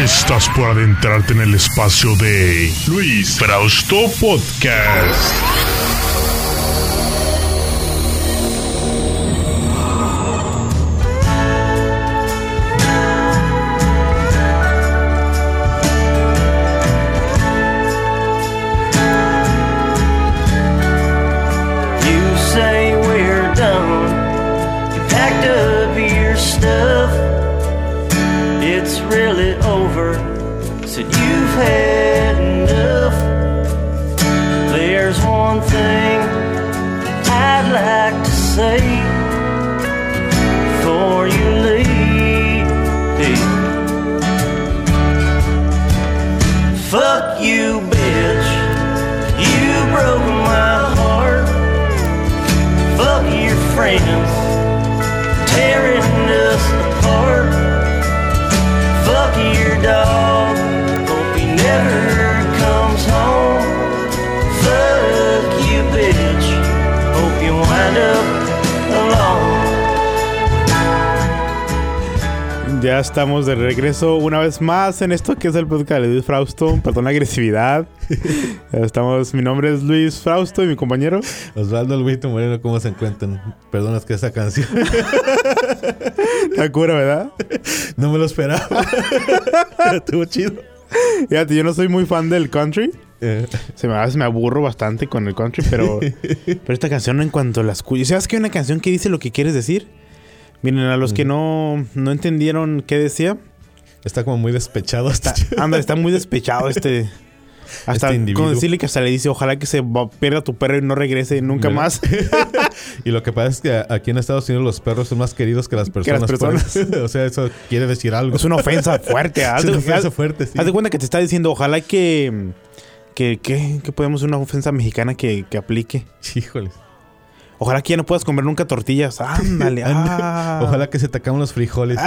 Estás por adentrarte en el espacio de Luis Frausto Podcast. Ya estamos de regreso una vez más en esto que es el podcast de Luis Frausto. Perdón la agresividad. Mi nombre es Luis Frausto y mi compañero Osvaldo Alvito Moreno. ¿Cómo se encuentran? Perdón, es que esa canción la cura, ¿verdad? No me lo esperaba. Estuvo chido. Fíjate, yo no soy muy fan del country. A veces me aburro bastante con el country, pero esta canción, en cuanto la escucho, ¿sabes que hay una canción que dice lo que quieres decir? Miren, a los que no entendieron qué decía. Está como muy despechado. Está muy despechado hasta con decirle que hasta le dice, ojalá que se pierda tu perro y no regrese nunca más. Y lo que pasa es que aquí en Estados Unidos los perros son más queridos que las personas. O sea, eso quiere decir algo. Es una ofensa fuerte. Es una ofensa fuerte, sí. Haz de cuenta que te está diciendo, ojalá que podemos una ofensa mexicana que aplique. Híjoles. Ojalá que ya no puedas comer nunca tortillas. Ándale. Ojalá que se te acaben los frijoles.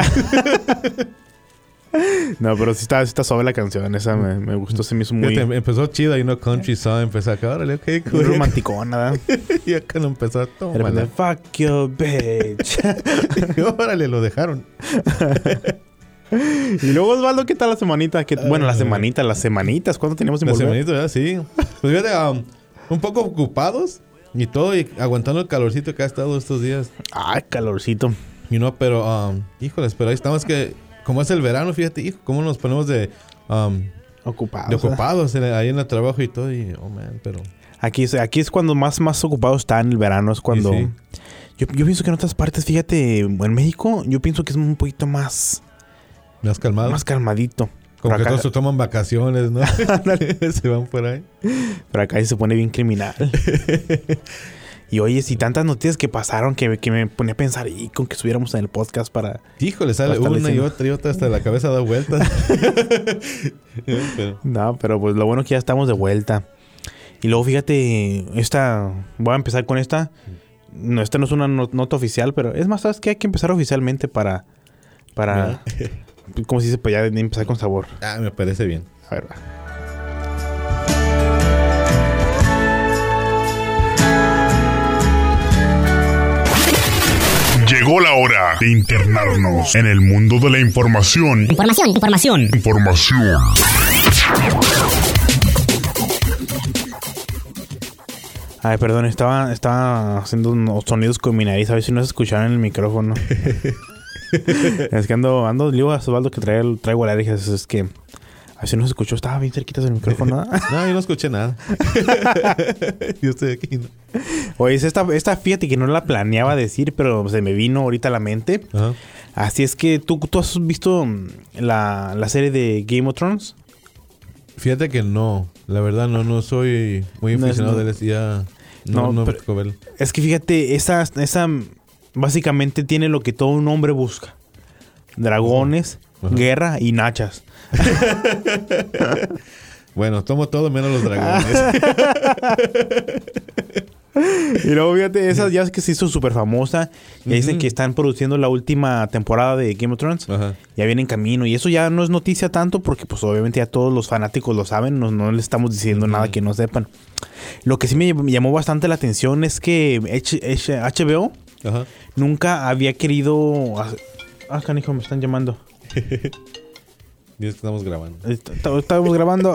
No, pero sí está suave la canción. Esa me gustó. Se me hizo muy... Empezó chida y no country song. Empezó acá. Órale, ok, cool. Muy romanticona, ¿verdad? Y acá no empezó a tomar. Fuck you, bitch. Órale, lo dejaron. Y luego, Osvaldo, ¿qué tal la semanita? Bueno, las semanitas. ¿Cuánto teníamos sin volver? Las semanitas, ¿verdad? Sí. Pues fíjate, un poco ocupados. Y todo, y aguantando el calorcito que ha estado estos días. Ay, calorcito. Pero, híjoles, pero ahí estamos que... Como es el verano, fíjate, hijo, cómo nos ponemos de... ocupados ahí en el trabajo y todo. Y, pero... Aquí es cuando más ocupados está en el verano. Es cuando... Sí. Yo pienso que en otras partes, fíjate, en México, yo pienso que es un poquito más... ¿Más calmado? Más calmadito. Como que todos se toman vacaciones, ¿no? Se van por ahí. Pero acá se pone bien criminal. Y oye, si tantas noticias que pasaron que me ponía a pensar y con que estuviéramos en el podcast para... Híjole, sale una y otra hasta la cabeza da vueltas. No, pero pues lo bueno es que ya estamos de vuelta. Y luego fíjate, voy a empezar con esta. No, esta no es una nota oficial, pero es más, ¿sabes qué? Hay que empezar oficialmente para ¿cómo se dice? Pues ya de empezar con sabor. Me parece bien. A ver, va. Llegó la hora de internarnos en el mundo de la información. Información. Ay, perdón, estaba haciendo unos sonidos con mi nariz. A ver si no se escucharon en el micrófono. Es que ando digo a Osvaldo que traigo alergias. Es que a ver si no se escuchó. Estaba bien cerquita del micrófono. No, yo no escuché nada. Yo estoy aquí, ¿no? Oye, esta fíjate que no la planeaba decir, pero se me vino ahorita a la mente. Uh-huh. Así es que ¿tú has visto la serie de Game of Thrones? Fíjate que no. La verdad no soy muy aficionado de él. Ya no me tocó verlo. Es que fíjate, esa básicamente tiene lo que todo un hombre busca. Dragones, guerra y nachas. Bueno, tomo todo menos los dragones. Y luego fíjate, esa ya es que se hizo súper famosa. Ya dicen que están produciendo la última temporada de Game of Thrones. Ya viene en camino. Y eso ya no es noticia tanto porque pues obviamente ya todos los fanáticos lo saben. No les estamos diciendo nada que no sepan. Lo que sí me llamó bastante la atención es que HBO nunca había querido... canijo, me están llamando. Y es que estamos grabando. Estamos grabando.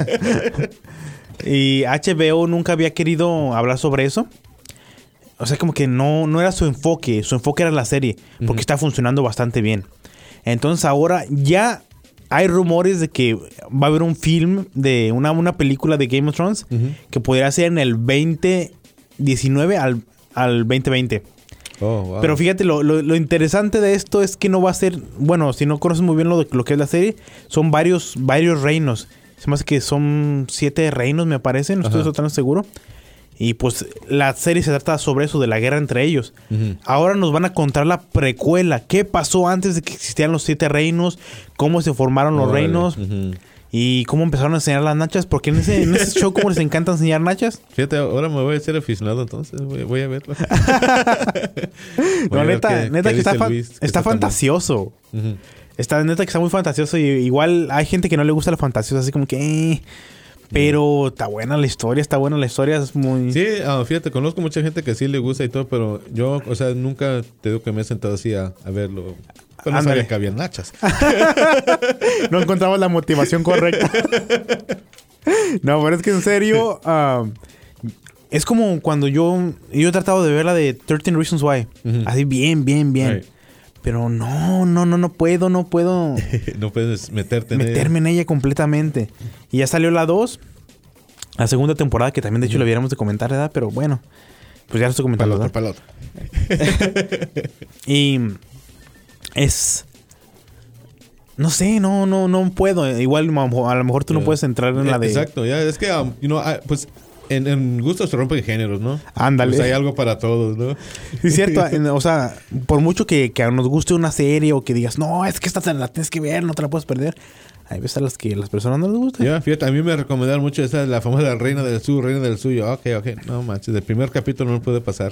Y HBO nunca había querido hablar sobre eso. O sea, como que no era su enfoque. Su enfoque era la serie. Porque está funcionando bastante bien. Entonces ahora ya hay rumores de que va a haber un film de una película de Game of Thrones que podría ser en el 2019 al 2020. Oh, wow. Pero fíjate, lo interesante de esto es que no va a ser... Bueno, si no conoces muy bien lo que es la serie, son varios reinos. Se me hace que son 7 reinos, me parece. No estoy totalmente seguro. Y pues la serie se trata sobre eso, de la guerra entre ellos. Ahora nos van a contar la precuela. ¿Qué pasó antes de que existieran los 7 reinos? ¿Cómo se formaron los reinos? Y cómo empezaron a enseñar las nachas. Porque en ese show, ¿cómo les encanta enseñar nachas? Fíjate, ahora me voy a ser aficionado entonces. Voy a verlo. No, neta que está fantasioso. Está neta que está muy fantasioso. Y igual hay gente que no le gusta la fantasiosa. Así como que... Pero está buena la historia, es muy... Sí, fíjate, conozco mucha gente que sí le gusta y todo, pero yo, o sea, nunca te digo que me he sentado así a verlo. Pero no sabía que había nachas. No encontramos la motivación correcta. No, pero es que en serio, es como cuando yo he tratado de ver la de 13 Reasons Why. Así bien. Right. Pero no puedo. No puedes meterme en ella completamente. Y ya salió la 2. La segunda temporada, que también de hecho la hubiéramos de comentar, ¿verdad? Pero bueno, pues ya lo estoy comentando. Para otro. Y es... No sé, no puedo. Igual a lo mejor tú no puedes entrar en la de... Exacto, ya. Es que, pues... En gustos se rompen géneros, ¿no? Ándale. Pues hay algo para todos, ¿no? Sí, es cierto. O sea, por mucho que nos guste una serie o que digas, no, es que esta la tienes que ver, no te la puedes perder. Hay veces a las que a las personas no les gusta. Ya, fíjate, a mí me recomendaron mucho esa, la famosa Reina del Sur. Ok. No manches, el primer capítulo no puede pasar.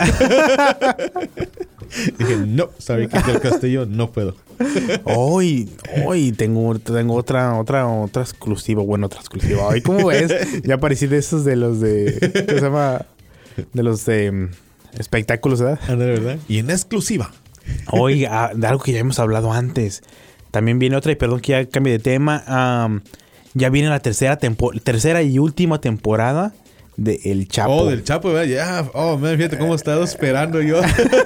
Dije, no, sorry, que del Castillo no puedo. Hoy tengo otra exclusiva. Bueno, otra exclusiva. Hoy, ¿cómo ves? Ya aparecí de esos de los de... ¿Qué se llama? De los de espectáculos, ¿verdad? ¿Verdad? Y en exclusiva. Hoy, de algo que ya hemos hablado antes. También viene otra, y perdón que ya cambie de tema. Ya viene la tercera y última temporada de El Chapo. Oh, del Chapo, ¿verdad? Ya. Oh, man, fíjate cómo he estado esperando yo.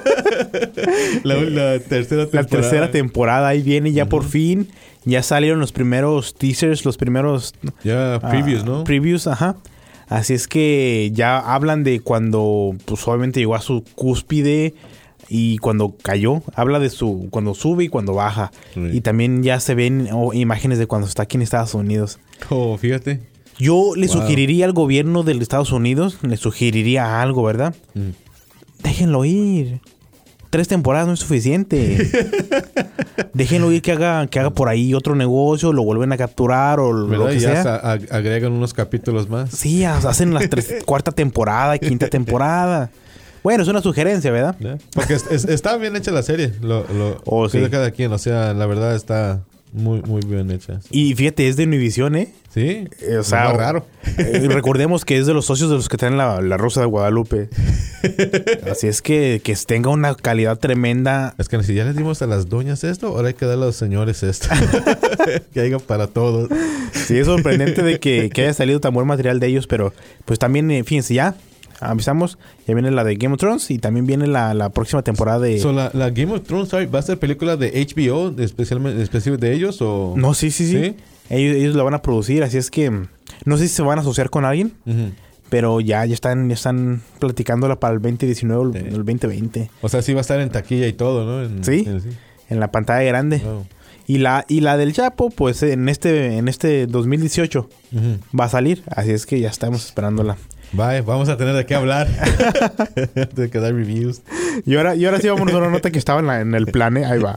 la tercera temporada. La tercera temporada, ahí viene ya por fin. Ya salieron los primeros teasers, los primeros... Ya, previews, ¿no? Previews, ajá. Así es que ya hablan de cuando, pues obviamente llegó a su cúspide y cuando cayó. Habla de cuando sube y cuando baja. Sí. Y también ya se ven imágenes de cuando está aquí en Estados Unidos. Oh, fíjate. Yo le sugeriría al gobierno de Estados Unidos, le sugeriría algo, ¿verdad? Déjenlo ir. 3 temporadas no es suficiente. Déjenlo ir que haga por ahí otro negocio, lo vuelven a capturar o lo que sea. Ya agregan unos capítulos más. Sí, hacen la 4ª temporada y 5ª temporada. Bueno, es una sugerencia, ¿verdad? ¿Ya? Porque está bien hecha la serie. Sí. De cada quien, o sea, la verdad está muy, muy bien hecha. Y fíjate, es de Univision, ¿eh? Sí, o sea, más raro. Recordemos que es de los socios de los que traen la Rosa de Guadalupe. Así es que tenga una calidad tremenda. Es que si ya les dimos a las doñas esto, ahora hay que darle a los señores esto. Que haya para todos. Sí, es sorprendente de que haya salido tan buen material de ellos, pero pues también, fíjense, ya avisamos, ya viene la de Game of Thrones y también viene la próxima temporada de... la Game of Thrones, ¿va a ser película de HBO especialmente de ellos o...? No, sí. Ellos la van a producir, así es que no sé si se van a asociar con alguien, pero ya están platicándola para el 2019 o el 2020. O sea, sí va a estar en taquilla y todo, ¿no? Sí, en la pantalla grande. Wow. Y la del Chapo, pues en este 2018 va a salir, así es que ya estamos esperándola. Bye, vamos a tener de qué hablar. De que dar reviews. Y ahora sí vamos a una nota que estaba en el plan, ¿eh? Ahí va.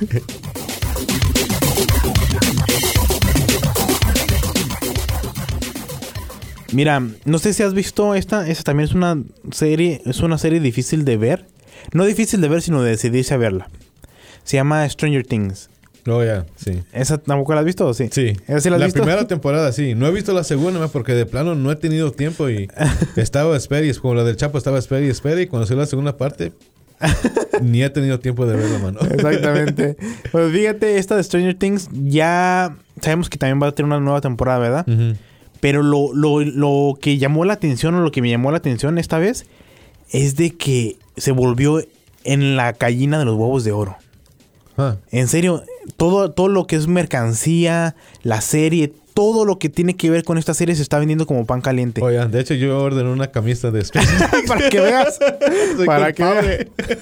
Mira, no sé si has visto esta también es una serie difícil de ver. No difícil de ver, sino de decidirse a verla. Se llama Stranger Things. Oh, ya, sí. ¿Esa tampoco la has visto o sí? Sí. ¿Esa sí la has visto? La primera temporada, sí. No he visto la segunda, porque de plano no he tenido tiempo y estaba espera. Como la del Chapo estaba espera y cuando salió la segunda parte, Ni he tenido tiempo de verla, mano. Exactamente. Pues fíjate, esta de Stranger Things ya sabemos que también va a tener una nueva temporada, ¿verdad? Uh-huh. Pero lo que llamó la atención, o lo que me llamó la atención esta vez, es de que se volvió en la gallina de los huevos de oro. En serio, todo lo que es mercancía, la serie, todo lo que tiene que ver con esta serie se está vendiendo como pan caliente. Oye, de hecho yo ordené una camisa de Stranger Things. Para que veas. Para que veas.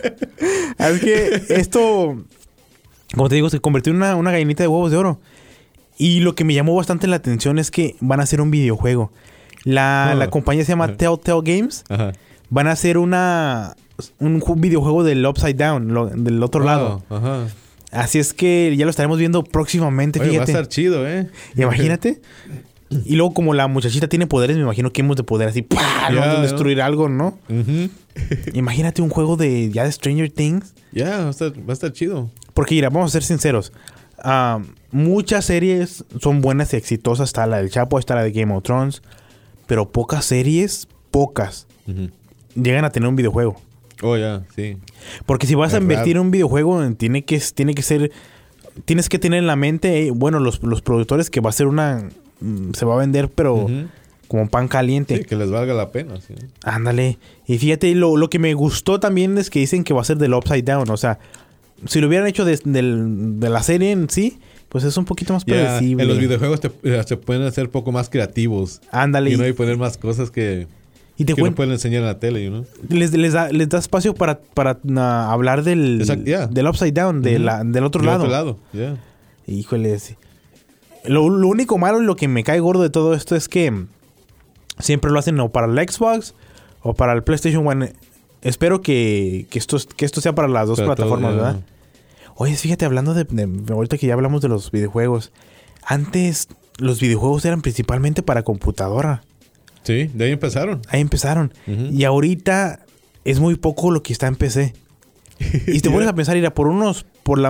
Es que esto, como te digo, se convirtió en una gallinita de huevos de oro. Y lo que me llamó bastante la atención es que van a hacer un videojuego. La compañía se llama Telltale Games. Ajá. Van a hacer un videojuego del Upside Down, del otro lado. Ajá. Así es que ya lo estaremos viendo próximamente. Oye, fíjate. Va a estar chido, Imagínate. Y luego, como la muchachita tiene poderes, me imagino que hemos de poder así, destruir algo, ¿no? Uh-huh. Imagínate un juego de Stranger Things. Va a estar chido. Porque mira, vamos a ser sinceros. Muchas series son buenas y exitosas. Está la del Chapo, está la de Game of Thrones. Pero pocas series, uh-huh, llegan a tener un videojuego. Sí. Porque si vas a invertir en un videojuego, tiene que ser... Tienes que tener en la mente, los productores, que va a ser se va a vender, pero uh-huh, como pan caliente. Sí, que les valga la pena, sí. Ándale. Y fíjate, lo que me gustó también es que dicen que va a ser del Upside Down. O sea, si lo hubieran hecho de la serie en sí, pues es un poquito más predecible. En los videojuegos se pueden hacer un poco más creativos. Ándale. Y poner más cosas que no pueden enseñar en la tele, ¿no? Les da espacio para hablar del Upside Down, uh-huh, del otro lado. Del otro lado, Híjole. Lo único malo y lo que me cae gordo de todo esto es que siempre lo hacen o para el Xbox o para el PlayStation 1. Espero que esto sea para las dos plataformas, todo, ¿verdad? Oye, fíjate, hablando de ahorita que ya hablamos de los videojuegos. Antes los videojuegos eran principalmente para computadora. Sí, de ahí empezaron. Uh-huh. Y ahorita es muy poco lo que está en PC. Y te pones a pensar, por unos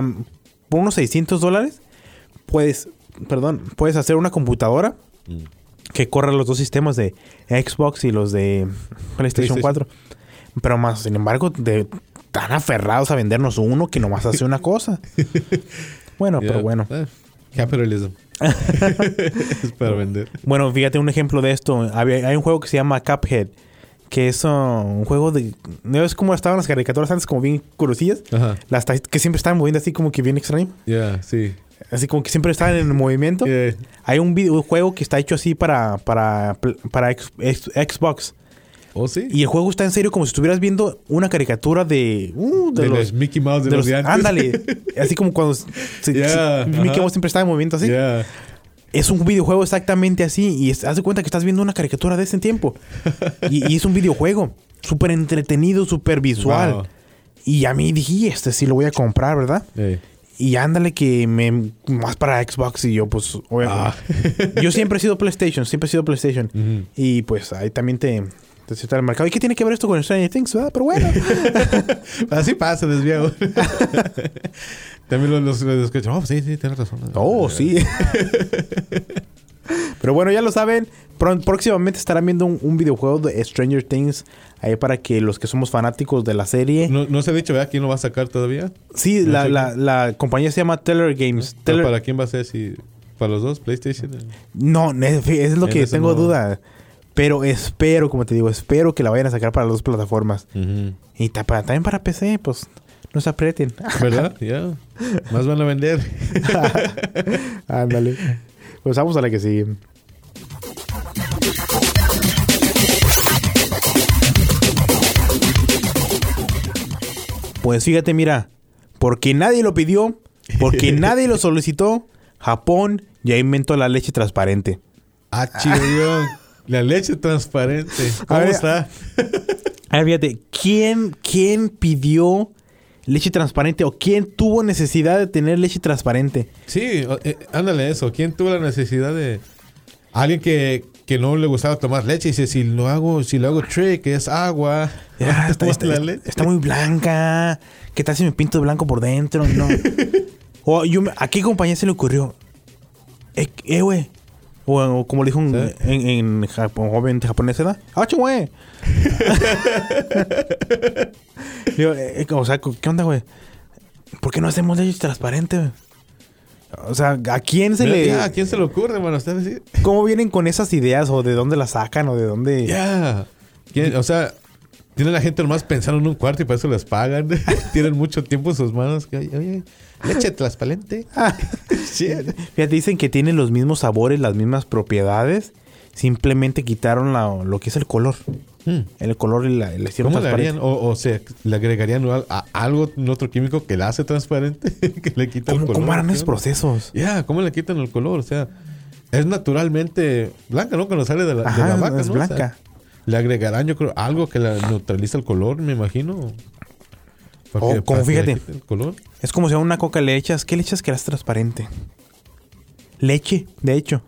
$600 puedes hacer una computadora que corra los dos sistemas de Xbox y los de PlayStation 4. Pero más, sin embargo, tan aferrados a vendernos uno que nomás hace una cosa. Bueno, pero bueno. Capitalism. Es para vender. Bueno, fíjate un ejemplo de esto. Hay un juego que se llama Cuphead, que es un juego de... ¿No es como estaban las caricaturas antes, como bien curusillas? Ajá. Que siempre estaban moviendo así como que bien extraño. Sí. Así como que siempre estaban en movimiento. Hay un videojuego que está hecho así para Xbox. ¿Oh, sí? Y el juego está en serio como si estuvieras viendo una caricatura de los Mickey Mouse de los de antes. Ándale. Así como cuando Mickey Mouse siempre estaba en movimiento así. Es un videojuego exactamente así. Y haz de cuenta que estás viendo una caricatura de ese tiempo. y es un videojuego súper entretenido, súper visual. Wow. Y a mí dije, sí lo voy a comprar, ¿verdad? Y ándale que más para Xbox. Y yo pues yo siempre he sido PlayStation. Uh-huh. Y pues ahí también te está el mercado. ¿Y qué tiene que ver esto con Stranger Things? Pero bueno. Así pasa, desviado. También los escuchan. Sí, tienes razón. Sí. Pero bueno, ya lo saben. Próximamente estarán viendo un videojuego de Stranger Things ahí para que los que somos fanáticos de la serie. ¿No se ha dicho, ¿verdad? ¿Quién lo va a sacar todavía? Sí, la compañía se llama Telltale Games. ¿Para quién va a ser? ¿Para los dos? ¿PlayStation? No, es lo que tengo duda. Pero espero que la vayan a sacar para las dos plataformas. Uh-huh. Y también para PC, pues no se aprieten. ¿Verdad? Más van a vender. Ándale. Pues vamos a la que sigue. Pues fíjate, mira, porque nadie lo pidió, porque nadie lo solicitó, Japón ya inventó la leche transparente. Chido. La leche transparente. ¿Cómo está? A ver, fíjate, ¿quién pidió leche transparente o quién tuvo necesidad de tener leche transparente? Sí, ándale eso. ¿Quién tuvo la necesidad de... Alguien que no le gustaba tomar leche y dice, si lo hago trick, es agua. Está muy blanca. ¿Qué tal si me pinto de blanco por dentro? No. ¿A qué compañía se le ocurrió? Güey. O como le dijo ¿Sí? en joven japonés, ¿verdad? ¡Acho, güey! Digo, o sea, ¿qué onda, güey? ¿Por qué no hacemos leche transparente, güey? O sea, ¿a quién se le...? ¿A quién se le ocurre, hermano? ¿Ustedes sí? ¿Cómo vienen con esas ideas? ¿O de dónde las sacan? ¿O de dónde...? Ya. O sea, tienen la gente nomás pensando en un cuarto y para eso les pagan. Tienen mucho tiempo en sus manos. Oye, leche transparente. Fíjate, dicen que tienen los mismos sabores, las mismas propiedades. Simplemente quitaron lo que es el color. El color y la hicieron ¿Cómo le transparente. harían? O sea, ¿le agregarían algo, un otro químico que la hace transparente? Que le quita el color. ¿Cómo harán esos procesos? ¿Cómo le quitan el color? O sea, es naturalmente blanca, ¿no? Cuando sale de la vaca, es ¿no? blanca. O sea, le agregarán, yo creo, algo que la neutraliza el color, me imagino. Como fíjate, el color. es como si a una coca le echas. ¿Qué le echas que era transparente? Leche, de hecho.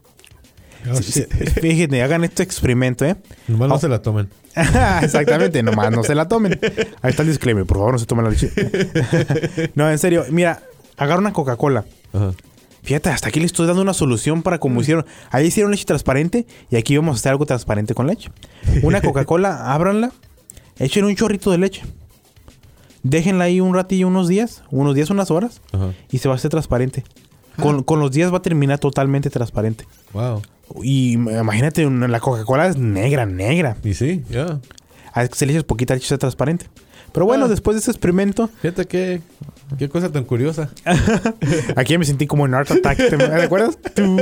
Fíjate, hagan este experimento, ¿eh? Nomás no se la tomen. Exactamente, nomás no se la tomen. Ahí está el disclaimer, por favor, no se tomen la leche. No, en serio, mira, agarra una Coca-Cola. Ajá. Fíjate, hasta aquí le estoy dando una solución para como hicieron. Ahí hicieron leche transparente y aquí vamos a hacer algo transparente con leche. Una Coca-Cola, ábranla, echen un chorrito de leche. Déjenla ahí un ratillo, unos días, unas horas, Ajá. y se va a hacer transparente. Con los días va a terminar totalmente transparente. Wow. Y imagínate, la Coca-Cola es negra. Y sí, ya. A que se le eches poquita leche transparente. Pero bueno, después de ese experimento... Fíjate qué cosa tan curiosa. Aquí me sentí como en Art Attack. ¿Te acuerdas?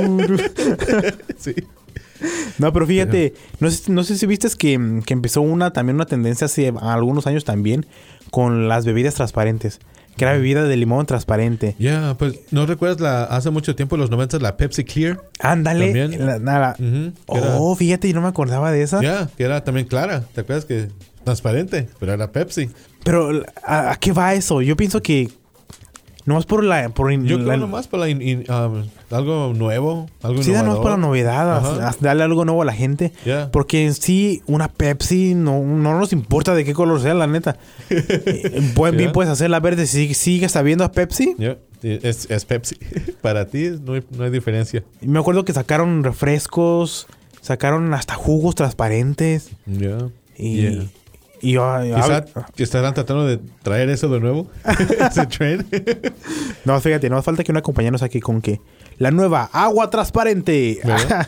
Sí. No, pero fíjate, no sé si viste que empezó también una tendencia hace algunos años también con las bebidas transparentes. Que era bebida de limón transparente. Ya, pues, ¿no recuerdas hace mucho tiempo, en los 90, la Pepsi Clear? Ándale. También. Fíjate, yo no me acordaba de esa. Ya, que era también clara. ¿Te acuerdas que transparente? Pero era Pepsi. Pero, ¿a qué va eso? Yo pienso que nomás por Yo creo nomás por algo nuevo, algo sí, innovador. nomás por la novedad, darle algo nuevo a la gente. Yeah. Porque en sí, una Pepsi no nos importa de qué color sea, la neta. Bien puedes hacerla verde si sigues sabiendo a Pepsi. Yeah. Es Pepsi. Para ti no hay diferencia. Me acuerdo que sacaron refrescos, sacaron hasta jugos transparentes. Yeah. Y quizá estarán tratando de traer eso de nuevo. Ese trend. No, fíjate, no falta que una compañía nos saque con que la nueva agua transparente.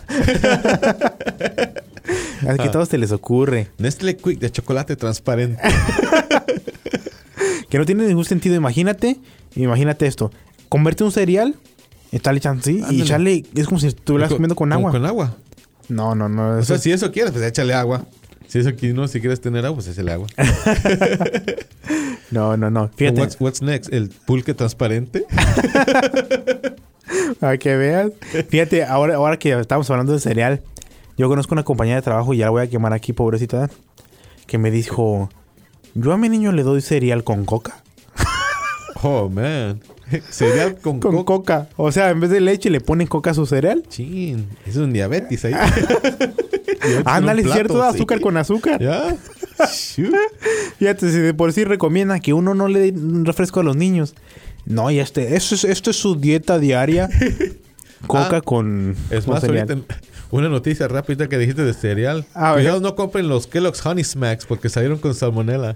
Así que a todos se les ocurre. Nestlé Quick de chocolate transparente. Que no tiene ningún sentido. Imagínate esto. Convierte un cereal, echarle chancí y echarle... Es como si estuvieras comiendo con agua. ¿Con agua? No. O sea, si eso quieres, pues échale agua. Si eso aquí no, si quieres tener agua, pues échale agua. No. Fíjate. What's next? ¿El pulque transparente? Para que veas. Fíjate, ahora que estamos hablando de cereal, yo conozco una compañía de trabajo y ya la voy a quemar aquí, pobrecita, que me dijo, yo a mi niño le doy cereal con coca. Oh, man. Cereal con coca. O sea, en vez de leche le ponen coca a su cereal. Chin, es un diabetes ahí. Ándale, es cierto, azúcar con azúcar. ¿Ya? Fíjate, si de por sí recomiendan que uno no le dé un refresco a los niños. No, y esto es su dieta diaria. Coca con es más, cereal. ahorita una noticia rápida que dijiste de cereal. Cuidado, no compren los Kellogg's Honey Smacks porque salieron con salmonela.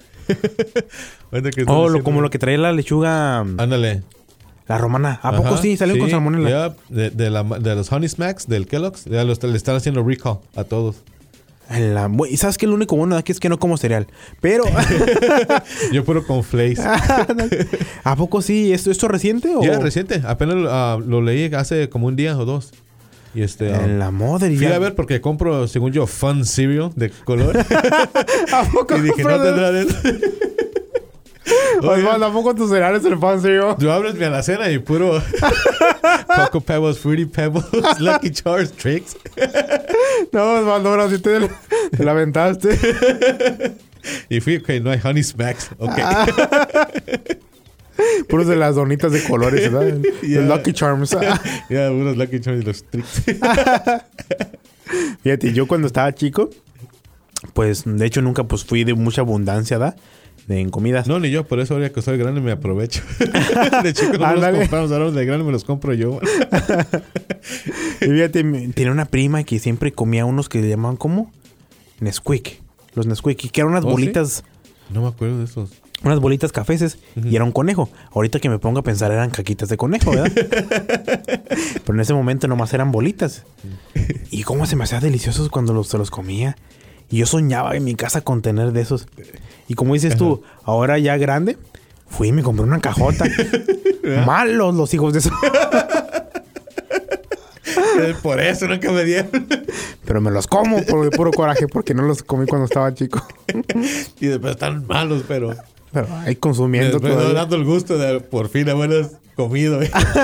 Como lo que traía la lechuga. Ándale. La romana. ¿A poco sí? Salieron con salmonela. Ya, de los Honey Smacks, del Kellogg's, ya le están haciendo recall a todos. Y sabes que lo único bueno de aquí es que no como cereal. Pero... Yo puro con flakes. ¿A poco sí? ¿Esto es reciente? Ya, reciente. Apenas lo leí hace como un día o dos. Y en la madre. Fui a ver porque compro, según yo, Fun Cereal de color. ¿A poco? Y dije, no tendrá de... Osvaldo, ¿a poco tu cereal es el Fun Cereal? Tú abres mi alacena y puro... Cocoa Pebbles, Fruity Pebbles, Lucky Charms, Tricks. No, Osvaldo, ahora sí te la aventaste. Y fui, ok, no hay Honey Smacks. Ok. Puros de las donitas de colores, ¿verdad? Yeah. Los Lucky Charms. Ya, unos Lucky Charms y los Tricks. Fíjate, yo cuando estaba chico, pues, de hecho, nunca pues fui de mucha abundancia, ¿verdad? En comidas. No, ni yo. Por eso ahora que soy grande me aprovecho. De chico no me los compramos. Ahora de grande me los compro yo. Y fíjate, tenía una prima que siempre comía unos que le llamaban ¿cómo? Nesquik. Los Nesquik, que eran unas bolitas. Sí. No me acuerdo de esos. Unas bolitas cafeses y era un conejo. Ahorita que me pongo a pensar eran caquitas de conejo, ¿verdad? Pero en ese momento nomás eran bolitas. Y cómo se me hacía deliciosos cuando se los comía. Y yo soñaba en mi casa con tener de esos. Y como dices tú, ahora ya grande, fui y me compré una cajota. Malos los hijos de eso. Por eso nunca me dieron. Pero me los como por de puro coraje porque no los comí cuando estaba chico. Y después están malos, pero ahí consumiendo todo. Dando el gusto de por fin haberlos comido.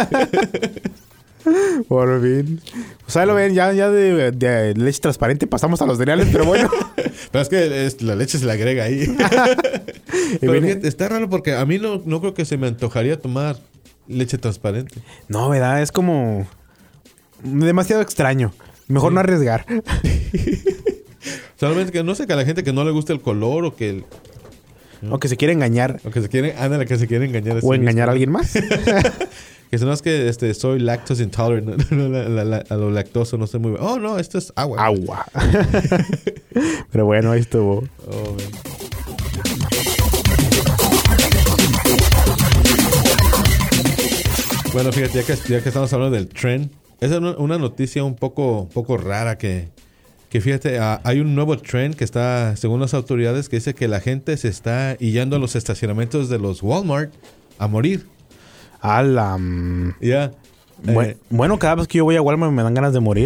Por fin. Pues ahí lo ven, ya de leche transparente pasamos a los cereales, pero bueno. Pero es que la leche se le agrega ahí. Pero fíjate, está raro porque a mí no creo que se me antojaría tomar leche transparente. No, ¿verdad? Es como demasiado extraño. Mejor no arriesgar. Solamente que no sé, que a la gente que no le gusta el color o que... ¿no? O que se quiere engañar. O que se quiere... Ándale, que se quiere engañar. O engañar a alguien más. Que si no es que soy lactose intolerant. A lo lactoso no sé muy bien. Oh, no, esto es agua. Agua. Pero bueno, ahí estuvo. Oh, man. Bueno, fíjate, ya que estamos hablando del trend, esa es una noticia un poco rara que fíjate, hay un nuevo trend que está, según las autoridades, que dice que la gente se está yendo a los estacionamientos de los Walmart a morir. Ya. Bueno, cada vez que yo voy a Walmart me dan ganas de morir.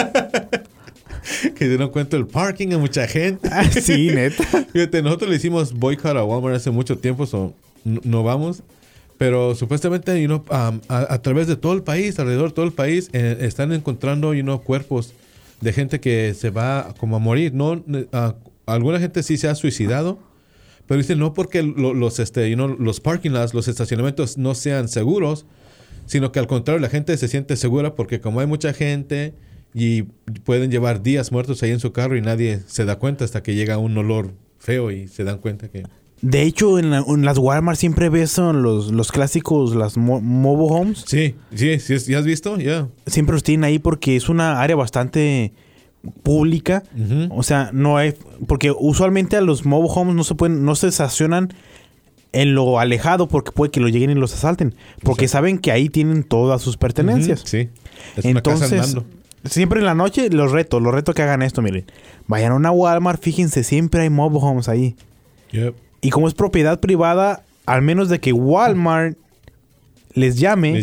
Que si no cuento el parking hay mucha gente. Sí, neta. Fíjate, nosotros le hicimos boycott a Walmart hace mucho tiempo, no vamos. Pero supuestamente, a través de todo el país, alrededor de todo el país, están encontrando, cuerpos de gente que se va como a morir. No, alguna gente sí se ha suicidado, pero dicen no porque los parking lots, los estacionamientos no sean seguros, sino que al contrario, la gente se siente segura porque como hay mucha gente y pueden llevar días muertos ahí en su carro y nadie se da cuenta hasta que llega un olor feo y se dan cuenta que... De hecho, en las Walmart siempre ves los clásicos, las mobile homes. Sí, ¿ya has visto? Yeah. Siempre los tienen ahí porque es una área bastante pública. Uh-huh. O sea, no hay... Porque usualmente a los mobile homes no se estacionan en lo alejado porque puede que lo lleguen y los asalten. Porque saben que ahí tienen todas sus pertenencias. Uh-huh. Sí. Es entonces, una casa andando. Siempre en la noche los reto que hagan esto, miren. Vayan a una Walmart, fíjense, siempre hay mobile homes ahí. Yep. Y como es propiedad privada, al menos de que Walmart les llame,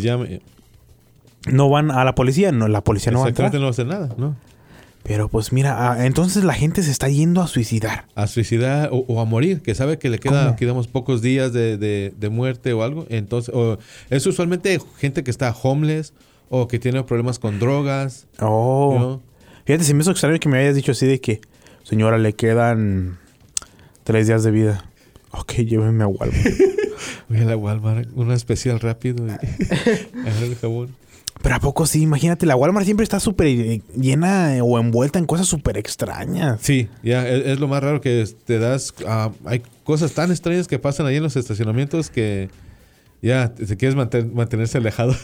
no van a la policía. No, la policía no va a entrar. Exactamente, no va a hacer nada, ¿no? Pero pues mira, entonces la gente se está yendo a suicidar. A suicidar o a morir, que sabe que le quedamos pocos días de muerte o algo. Entonces, es usualmente gente que está homeless o que tiene problemas con drogas. Oh. Fíjate, se me hizo extraño que me hayas dicho así de que, señora, le quedan 3 días de vida. Ok, llévenme a Walmart. Voy a la Walmart, una especial rápido y agarrar el jabón. Pero ¿a poco sí? Imagínate, la Walmart siempre está súper llena o envuelta en cosas súper extrañas. Sí, es lo más raro que te das... hay cosas tan extrañas que pasan ahí en los estacionamientos que te quieres mantenerse alejado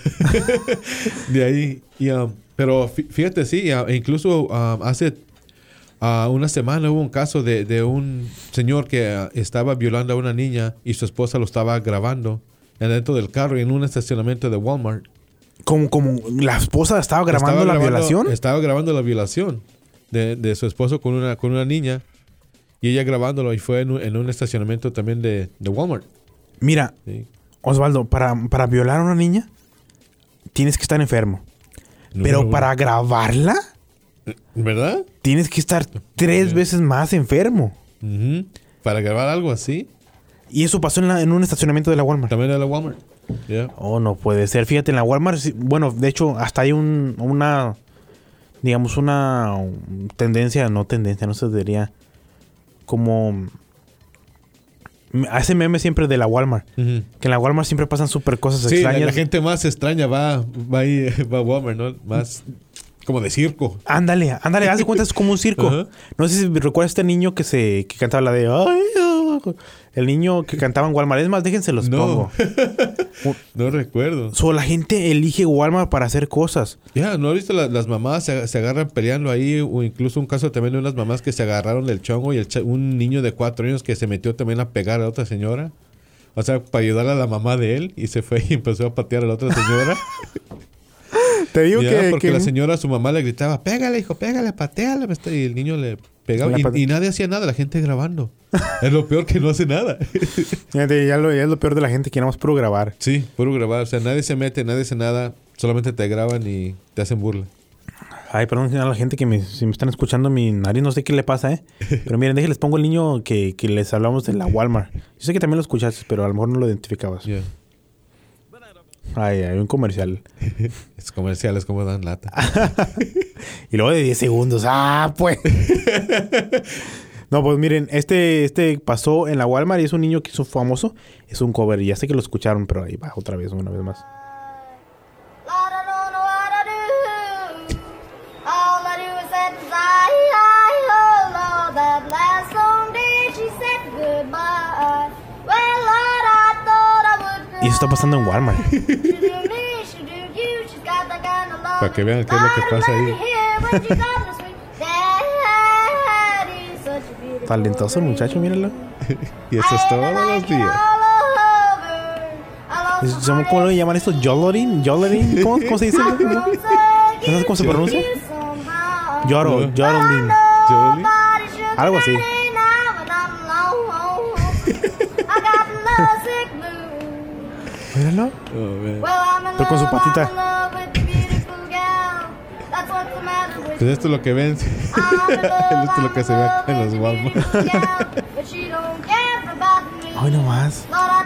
de ahí. Pero fíjate, sí, incluso hace... una semana hubo un caso de un señor que estaba violando a una niña y su esposa lo estaba grabando dentro del carro y en un estacionamiento de Walmart. ¿Como la esposa estaba grabando la violación? Estaba grabando la violación de su esposo con una niña y ella grabándolo y fue en un estacionamiento también de Walmart. Mira, sí. Osvaldo, para violar a una niña tienes que estar enfermo. Pero para grabarla... ¿Verdad? Tienes que estar 3 veces más enfermo. Uh-huh. Para grabar algo así. Y eso pasó en un estacionamiento de la Walmart. También de la Walmart. Yeah. Oh, no puede ser. Fíjate, en la Walmart... Bueno, de hecho, hasta hay una tendencia... No se diría... Como... Hace meme siempre de la Walmart. Uh-huh. Que en la Walmart siempre pasan súper cosas extrañas. La gente más extraña va a Walmart, ¿no? Más... Como de circo. Ándale, haz de cuenta, es como un circo. Uh-huh. No sé si recuerdas este niño que cantaba la de... Ay, eso? El niño que cantaba en Walmart. Es más, déjense los pongo. No recuerdo. La gente elige Walmart para hacer cosas. Ya, ¿no has visto las mamás se agarran peleando ahí? O incluso un caso también de unas mamás que se agarraron del chongo y un niño de 4 años que se metió también a pegar a otra señora. O sea, para ayudar a la mamá de él. Y se fue y empezó a patear a la otra señora. Te digo porque la señora a su mamá le gritaba, pégale, hijo, pégale, pateale. Y el niño le pegaba y nadie hacía nada, la gente grabando. Es lo peor que no hace nada. Ya es lo peor de la gente, que nada más puro grabar. Sí, puro grabar. O sea, nadie se mete, nadie hace nada. Solamente te graban y te hacen burla. Ay, perdón a la gente que si me están escuchando mi nariz, no sé qué le pasa, ¿eh? Pero miren, déjenles pongo el niño que les hablamos de la Walmart. Yo sé que también lo escuchaste, pero a lo mejor no lo identificabas. Yeah. Ay, hay un comercial. Es comerciales como dan lata. Y luego de 10 segundos. ¡Ah, pues! No, pues miren, este pasó en la Walmart y es un niño que hizo famoso. Es un cover y ya sé que lo escucharon, pero ahí va otra vez, una vez más. Y eso está pasando en Walmart. Para que vean qué es lo que pasa ahí. Talentoso el muchacho, mírenlo. Y eso es todos los días. ¿Cómo lo llaman esto? ¿Jollerin? ¿Cómo se dice? ¿No sabes cómo se pronuncia? Jollerin. Algo así. Míralo. Pero con su patita. Pues esto es lo que ven. Esto es lo que se ve acá en los Walmart. Ay, no más.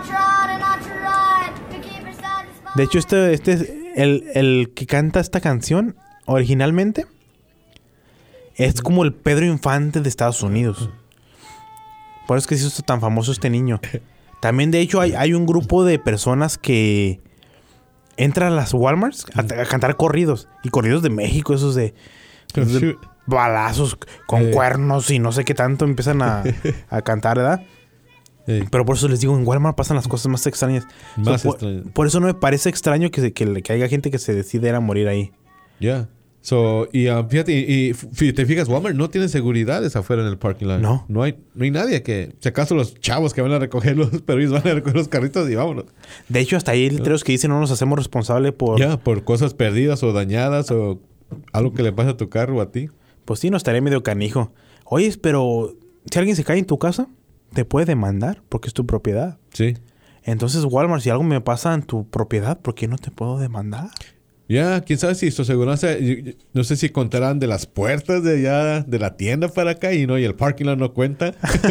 De hecho, este es el que canta esta canción originalmente. Es como el Pedro Infante de Estados Unidos. Por eso es que se hizo tan famoso este niño. También, de hecho, hay un grupo de personas que entran a las Walmarts a cantar corridos. Y corridos de México, esos de balazos con cuernos y no sé qué tanto empiezan a cantar, ¿verdad? Pero por eso les digo, en Walmart pasan las cosas más extrañas. Por eso no me parece extraño que haya gente que se decide a morir ahí. Ya. Fíjate, y te fijas, Walmart no tiene seguridades afuera en el parking lot. No hay nadie que... Si acaso los chavos que van a recogerlos, pero ellos van a recoger los carritos y vámonos. De hecho, hasta ahí hay letreros que dicen no nos hacemos responsables por... por cosas perdidas o dañadas o algo que le pasa a tu carro o a ti. Pues sí, no estaría medio canijo. Oye, pero si alguien se cae en tu casa, te puede demandar porque es tu propiedad. Sí. Entonces, Walmart, si algo me pasa en tu propiedad, ¿por qué no te puedo demandar? Quién sabe si su aseguranza, no sé si contarán de las puertas de allá, de la tienda para acá y el parking lot no cuenta.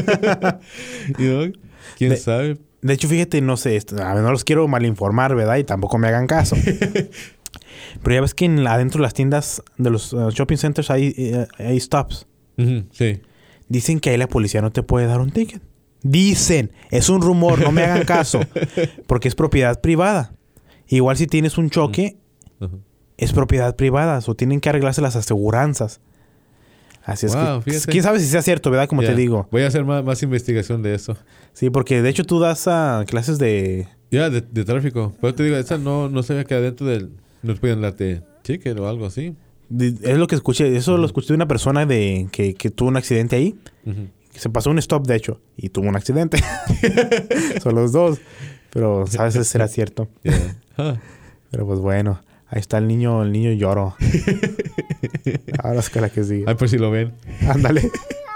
¿Quién sabe? De hecho, fíjate, no sé, no los quiero malinformar, ¿verdad? Y tampoco me hagan caso. Pero ya ves que adentro de las tiendas de los shopping centers hay stops. Sí. Dicen que ahí la policía no te puede dar un ticket. Dicen, es un rumor, no me hagan caso. Porque es propiedad privada. Igual si tienes un choque... Es propiedad privada, o tienen que arreglarse las aseguranzas. Así es que... Fíjate. ¿Quién sabe si sea cierto, verdad? Como te digo. Voy a hacer más investigación de eso. Sí, porque de hecho tú das clases de... de tráfico. Pero te digo, esa no sabía que adentro no pueden darte ticket o algo así. Es lo que escuché. Eso lo escuché de una persona que tuvo un accidente ahí. Se pasó un stop, de hecho. Y tuvo un accidente. Son los dos. Pero sabes si será cierto. Pero pues bueno... Ahí está el niño lloro. Ahora es que la que sigue. Ay, pues si lo ven. Ándale.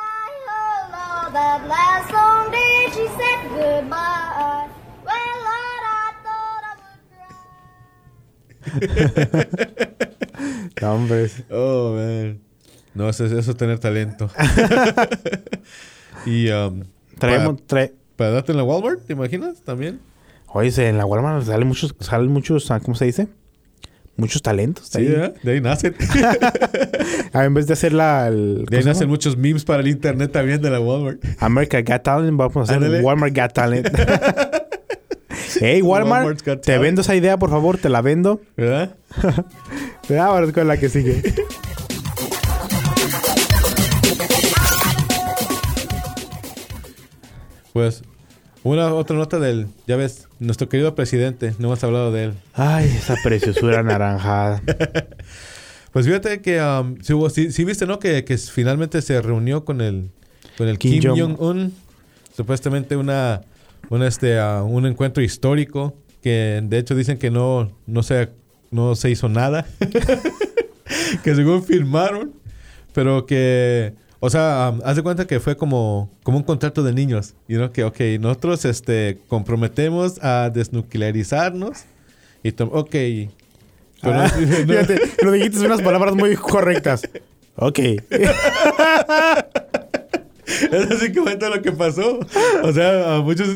No, hombre. Oh, man. No, eso es tener talento. Y para darte en la Walmart, ¿te imaginas? También. Oye, en la Walmart salen muchos, ¿cómo se dice? Muchos talentos. Sí, de ahí nacen. En vez de hacer de ahí nacen muchos memes para el internet también de la Walmart. America Got Talent, vamos a hacer Walmart Got Talent. Hey, Walmart, te vendo esa idea, por favor, te la vendo. ¿Verdad? Ahora es con la que sigue. Pues, otra nota del... Ya ves, nuestro querido presidente. No hemos hablado de él. Ay, esa preciosura anaranjada. Pues fíjate que... sí viste, ¿no? Que finalmente se reunió con el Kim Jong-un. Supuestamente un encuentro histórico. Que de hecho dicen que no se hizo nada. Que según filmaron. Pero que... O sea, haz de cuenta que fue como un contrato de niños. Que, nosotros comprometemos a desnuclearizarnos. Y ok. Pero fíjate, lo dijiste unas palabras muy correctas. Ok. Es así como todo lo que pasó. O sea, muchos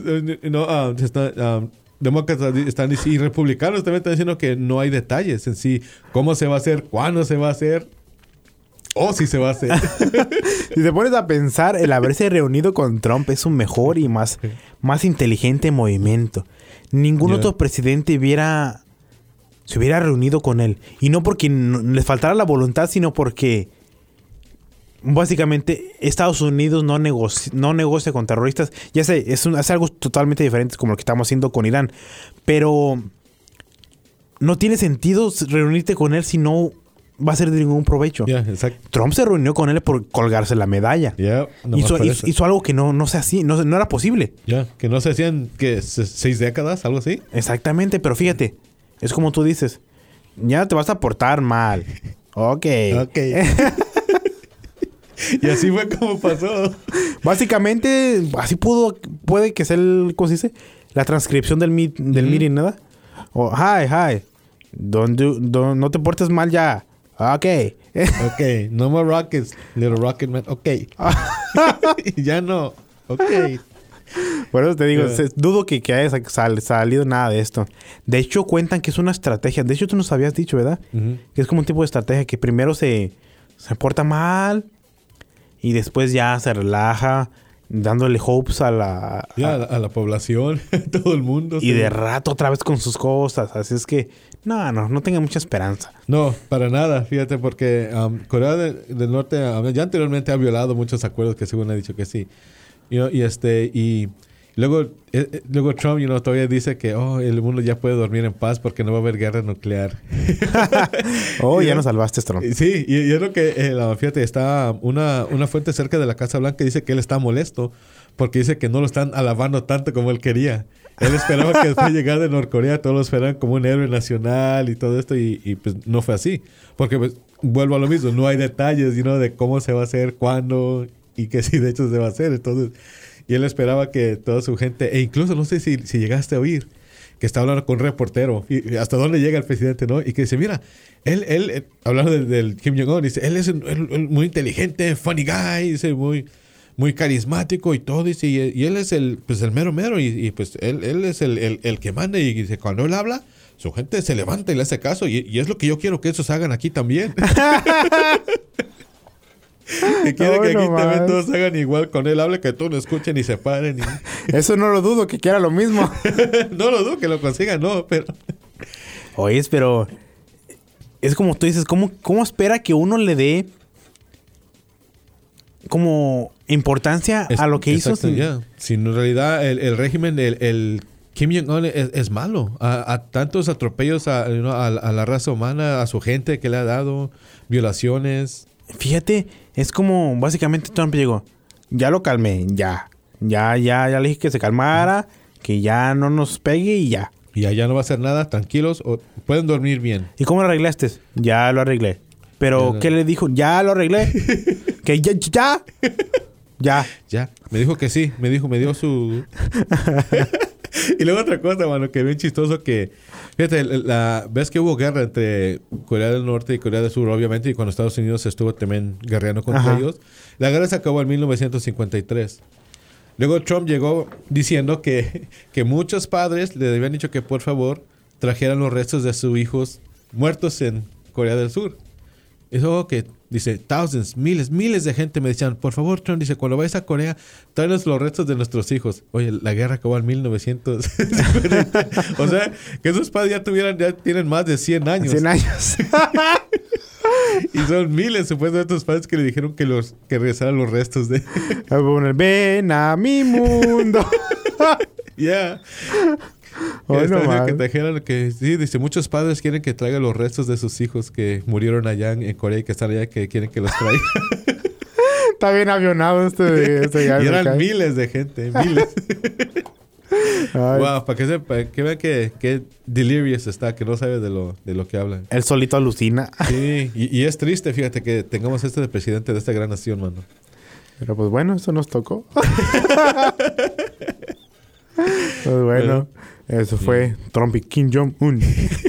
demócratas están diciendo, y republicanos también están diciendo que no hay detalles en sí. ¿Cómo se va a hacer? ¿Cuándo se va a hacer? O si se va a hacer. Si te pones a pensar, el haberse reunido con Trump es un mejor y más inteligente movimiento. Ningún otro presidente se hubiera reunido con él. Y no porque les faltara la voluntad, sino porque básicamente Estados Unidos no negocia con terroristas. Ya sé, es algo totalmente diferente como lo que estamos haciendo con Irán. Pero no tiene sentido reunirte con él si no va a ser de ningún provecho. Exacto. Trump se reunió con él por colgarse la medalla. Hizo algo que no se hacía, no era posible. Que no se hacían 6 décadas, algo así. Exactamente, pero fíjate, es como tú dices, ya te vas a portar mal. Ok. Y así fue como pasó. Básicamente, así puede que sea ¿cómo se dice? La transcripción del meeting, ¿nada? O, hi. No te portes mal ya. Ok. No more rockets, little rocket man. Ok. Ya no. Ok. Por eso te digo, dudo que haya salido nada de esto. De hecho, cuentan que es una estrategia. De hecho, tú nos habías dicho, ¿verdad? Que es como un tipo de estrategia que primero se porta mal y después ya se relaja, dándole hopes a la población, todo el mundo. Y de rato otra vez con sus cosas. Así es que no tenga mucha esperanza. No, para nada. Fíjate, porque Corea del Norte ya anteriormente ha violado muchos acuerdos que según ha dicho que sí. Y luego Trump, todavía dice que el mundo ya puede dormir en paz porque no va a haber guerra nuclear. Ya nos salvaste, Trump. Sí, y es lo que, fíjate, está una fuente cerca de la Casa Blanca dice que él está molesto porque dice que no lo están alabando tanto como él quería. Él esperaba que después de llegar de Norcorea todos lo esperaran como un héroe nacional y todo esto y pues no fue así. Porque pues vuelvo a lo mismo, no hay detalles, de cómo se va a hacer, cuándo y que si de hecho se va a hacer. Entonces, y él esperaba que toda su gente, e incluso no sé si llegaste a oír, que está hablando con un reportero, y hasta dónde llega el presidente, ¿no? Y que dice, mira, él hablando del Kim Jong-un, dice, él es muy inteligente, funny guy, dice, muy carismático y todo, dice, y él es el mero mero, y pues él es el que manda, y dice, cuando él habla, su gente se levanta y le hace caso, y es lo que yo quiero que esos hagan aquí también. Que quiere que aquí también todos hagan igual con él. Hable que todos lo escuchen y se paren. Eso no lo dudo, que quiera lo mismo. No lo dudo que lo consigan, no, pero... Oye, pero... Es como tú dices, ¿cómo espera que uno le dé como importancia a lo que hizo? Si en realidad el régimen, el Kim Jong-un es malo. A tantos atropellos a la raza humana, a su gente que le ha dado, violaciones... Fíjate, es como básicamente Trump llegó. Ya lo calmé, ya le dije que se calmara, que ya no nos pegue y ya. Y allá no va a hacer nada, tranquilos, o pueden dormir bien. ¿Y cómo lo arreglaste? Ya lo arreglé. Pero, ¿qué le dijo? Ya lo arreglé. Que ya. Me dijo que sí, me dio su... Y luego otra cosa, mano, que bien chistoso que... Fíjate, ves que hubo guerra entre Corea del Norte y Corea del Sur, obviamente, y cuando Estados Unidos estuvo también guerreando contra ellos. La guerra se acabó en 1953. Luego Trump llegó diciendo que muchos padres le habían dicho que por favor trajeran los restos de sus hijos muertos en Corea del Sur. Eso que dice, thousands, miles de gente me decían, por favor, Trump, dice, cuando vayas a Corea, tráenos los restos de nuestros hijos. Oye, la guerra acabó en 1900. O sea, que esos padres ya tienen más de 100 años. 100 años. Y son miles, supuestamente, estos padres que le dijeron que regresaran los restos de... Ven a mi mundo. Ya. Que trajeran que... Sí, dice, muchos padres quieren que traiga los restos de sus hijos que murieron allá en Corea y que están allá, que quieren que los traiga. Está bien avionado este y eran miles de gente, miles. Wow, para que vean que delirious está, que no sabe de lo que hablan. Él solito alucina. Sí, y es triste, fíjate, que tengamos de presidente de esta gran nación, mano. Pero pues bueno, eso nos tocó. Pues bueno, eso fue Trump y Kim Jong-un.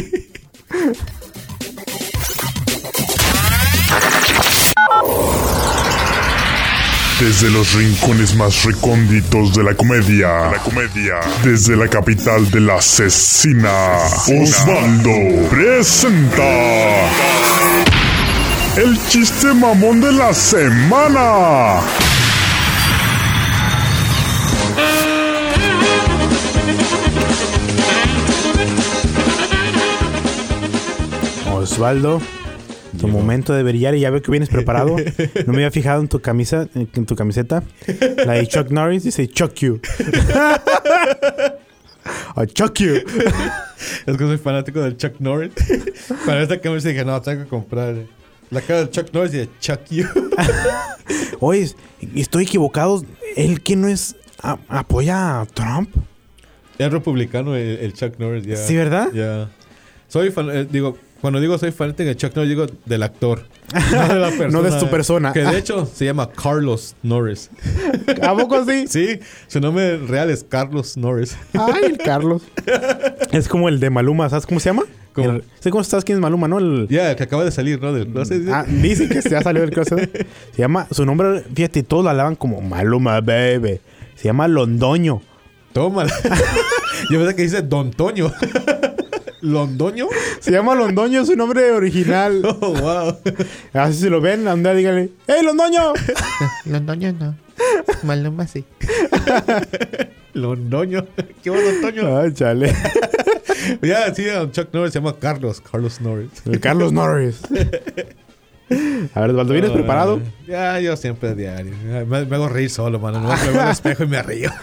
Desde los rincones más recónditos de la comedia. Desde la capital de la asesina. Osvaldo presenta el chiste mamón de la semana. Osvaldo, tu momento de brillar, y ya veo que vienes preparado. No me había fijado en tu camisa, en tu camiseta. La de Chuck Norris dice Chuck you. A Chuck you. Es que soy fanático del Chuck Norris. Para esta camisa dije, no, tengo que comprar la cara del Chuck Norris y de Chuck you. Oye, estoy equivocado. ¿Él que no es apoya a Trump? Es republicano el Chuck Norris, ya. ¿Sí, verdad? Ya. Soy fan, cuando digo soy fanático de Chuck Norris, digo del actor. No de la persona. No de su persona. Que de hecho se llama Carlos Norris. ¿A poco así? Sí, su nombre real es Carlos Norris. Ay, el Carlos. Es como el de Maluma, ¿sabes cómo se llama? ¿Sí cómo sabes quién es Maluma, no? Ya, que acaba de salir, ¿no? Del closet. Dicen que ya salió del closet. Se llama, su nombre, fíjate, todos lo alaban como Maluma, baby. Se llama Londoño. Tómala. Yo pensé que dice Don Toño. ¿Londoño? Se llama Londoño, su nombre original. Oh, wow. Así si lo ven, anda, díganle, ¡Hey, Londoño! Londoño no. Maluma sí. Londoño. ¿Qué va Londoño? Ay, chale. Ya, sí, Chuck Norris se llama Carlos Norris. El Carlos Norris. A ver, Osvaldo, ¿vienes preparado? Ya, yo siempre diario. Me hago reír solo, mano. No me veo al espejo y me río.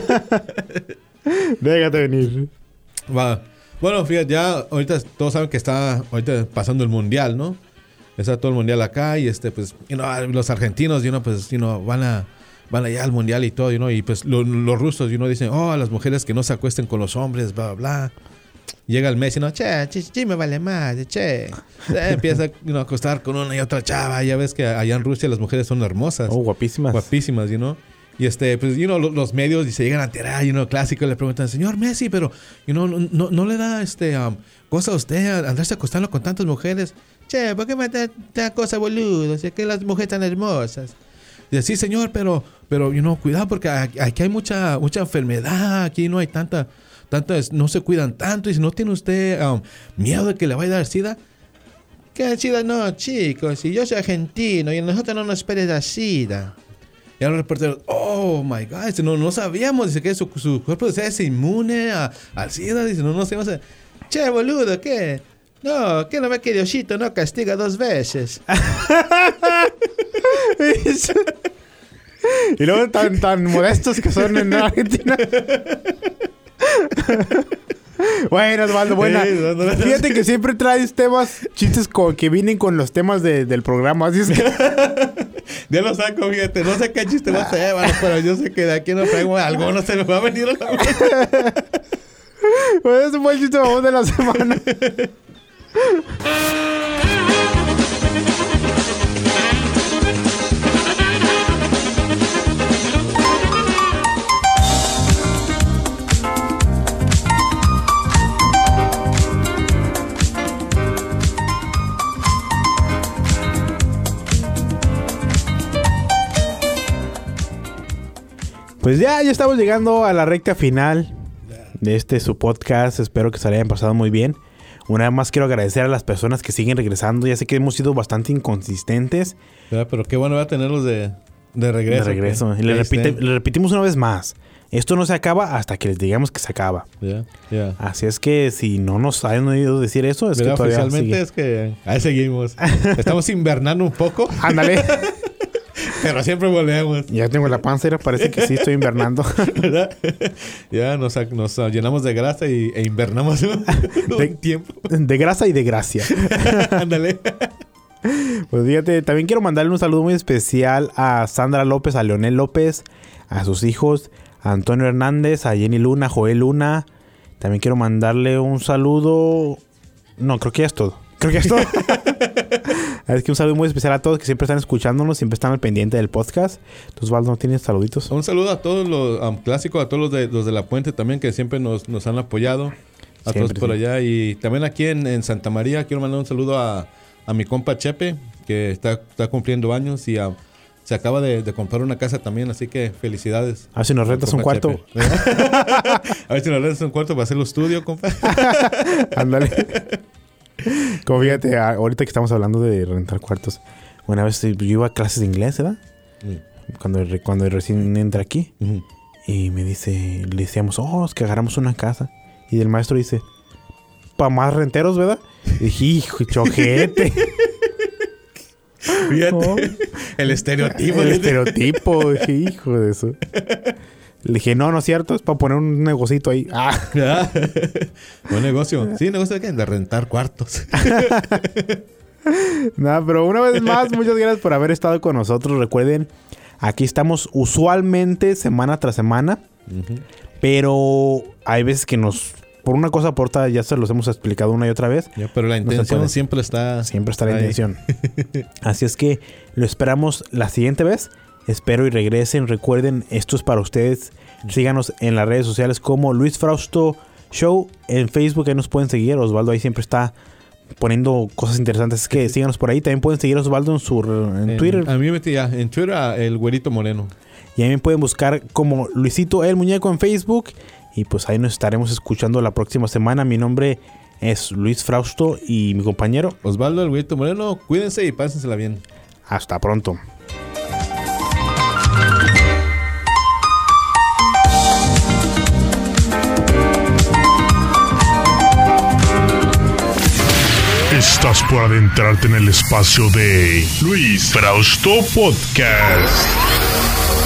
Déjate venir. Va. Bueno, fíjate, ya ahorita todos saben que está ahorita pasando el mundial, ¿no? Está todo el mundial acá y pues, los argentinos, pues, van allá al mundial y todo, y pues los rusos, dicen, las mujeres que no se acuesten con los hombres, bla, bla, bla. Llega el Messi, che, me vale más, che. Empieza a acostar con una y otra chava. Ya ves que allá en Rusia las mujeres son hermosas. Oh, guapísimas. Guapísimas, Y pues, los medios y se llegan a enterar, clásico, le preguntan, señor Messi, pero, no le da, cosa a usted andarse acostando con tantas mujeres. Che, ¿por qué me da cosa, boludo? O sea, que las mujeres tan hermosas. Dice, sí, señor, pero, cuidado, porque aquí hay mucha enfermedad, aquí no hay tantas, no se cuidan tanto, y si no tiene usted miedo de que le vaya a dar SIDA. ¿Qué SIDA? No, chicos, si yo soy argentino y nosotros no nos esperes la SIDA. Y ahora los reporteros, oh my God, dice, no sabíamos, dice que su cuerpo es inmune al SIDA, dice, no sabíamos. Che, boludo, ¿qué? No, que no ve que Diosito no castiga 2 veces. Y luego tan modestos que son en Argentina. Bueno, Osvaldo, buena. Fíjate que siempre traes chistes que vienen con los temas del programa, así es que... Ya lo saco, fíjate. No sé qué chiste va a ser, pero yo sé que de aquí no traigo algo, no se me va a venir a la mente. Pues ese fue el chiste mamón de la semana. Pues ya estamos llegando a la recta final de su podcast. Espero que se le hayan pasado muy bien. Una vez más quiero agradecer a las personas que siguen regresando. Ya sé que hemos sido bastante inconsistentes. Pero qué bueno va a tenerlos de regreso. De regreso. Y le repetimos una vez más. Esto no se acaba hasta que les digamos que se acaba. Ya. Así es que si no nos han oído decir eso, es que todavía oficialmente sigue. es que ahí seguimos. Estamos invernando un poco, Ándale. pero siempre volvemos. Ya tengo la panza, parece que sí estoy invernando. ¿Verdad? Ya nos llenamos de grasa e invernamos un tiempo. De grasa y de gracia. Ándale. Pues fíjate, también quiero mandarle un saludo muy especial a Sandra López, a Leonel López, a sus hijos, a Antonio Hernández, a Jenny Luna, a Joel Luna. También quiero mandarle un saludo... No, creo que ya es todo. Es que un saludo muy especial a todos que siempre están escuchándonos, siempre están al pendiente del podcast. Entonces, Valdo, ¿no tienes saluditos? Un saludo a todos los clásicos, a todos los de La Puente también, que siempre nos han apoyado. A Siempre, todos por allá. Y también aquí en Santa María quiero mandar un saludo a mi compa Chepe, que está cumpliendo años y se acaba de comprar una casa también, así que felicidades. A ver si nos rentas un cuarto. A ver si nos rentas un cuarto para hacer el estudio, compa. Ándale. Como fíjate, ahorita que estamos hablando de rentar cuartos, una vez yo iba a clases de inglés, ¿verdad? Cuando recién entré aquí. Y me dice, le decíamos, es que agarramos una casa. Y el maestro dice, para más renteros, ¿verdad? Y dije, hijo, chojete. Fíjate, el estereotipo. El estereotipo, dije, hijo de eso. Le dije, no es cierto, es para poner un negocito ahí. Buen negocio. Sí, negocio de rentar cuartos. No, pero una vez más, muchas gracias por haber estado con nosotros. Recuerden, aquí estamos usualmente semana tras semana. Pero hay veces que por una cosa o por otra, ya se los hemos explicado una y otra vez. Pero la intención siempre está... Siempre está la intención. Así es que lo esperamos la siguiente vez. Espero y regresen. Recuerden, esto es para ustedes. Síganos en las redes sociales como Luis Frausto Show. En Facebook ahí nos pueden seguir. Osvaldo ahí siempre está poniendo cosas interesantes. Es que síganos por ahí. También pueden seguir a Osvaldo en Twitter. A mí me metí ya en Twitter el Güerito Moreno. Y ahí me pueden buscar como Luisito el Muñeco en Facebook. Y pues ahí nos estaremos escuchando la próxima semana. Mi nombre es Luis Frausto y mi compañero Osvaldo el Güerito Moreno. Cuídense y pásensela bien. Hasta pronto. Estás por adentrarte en el espacio de Luis Frausto Podcast.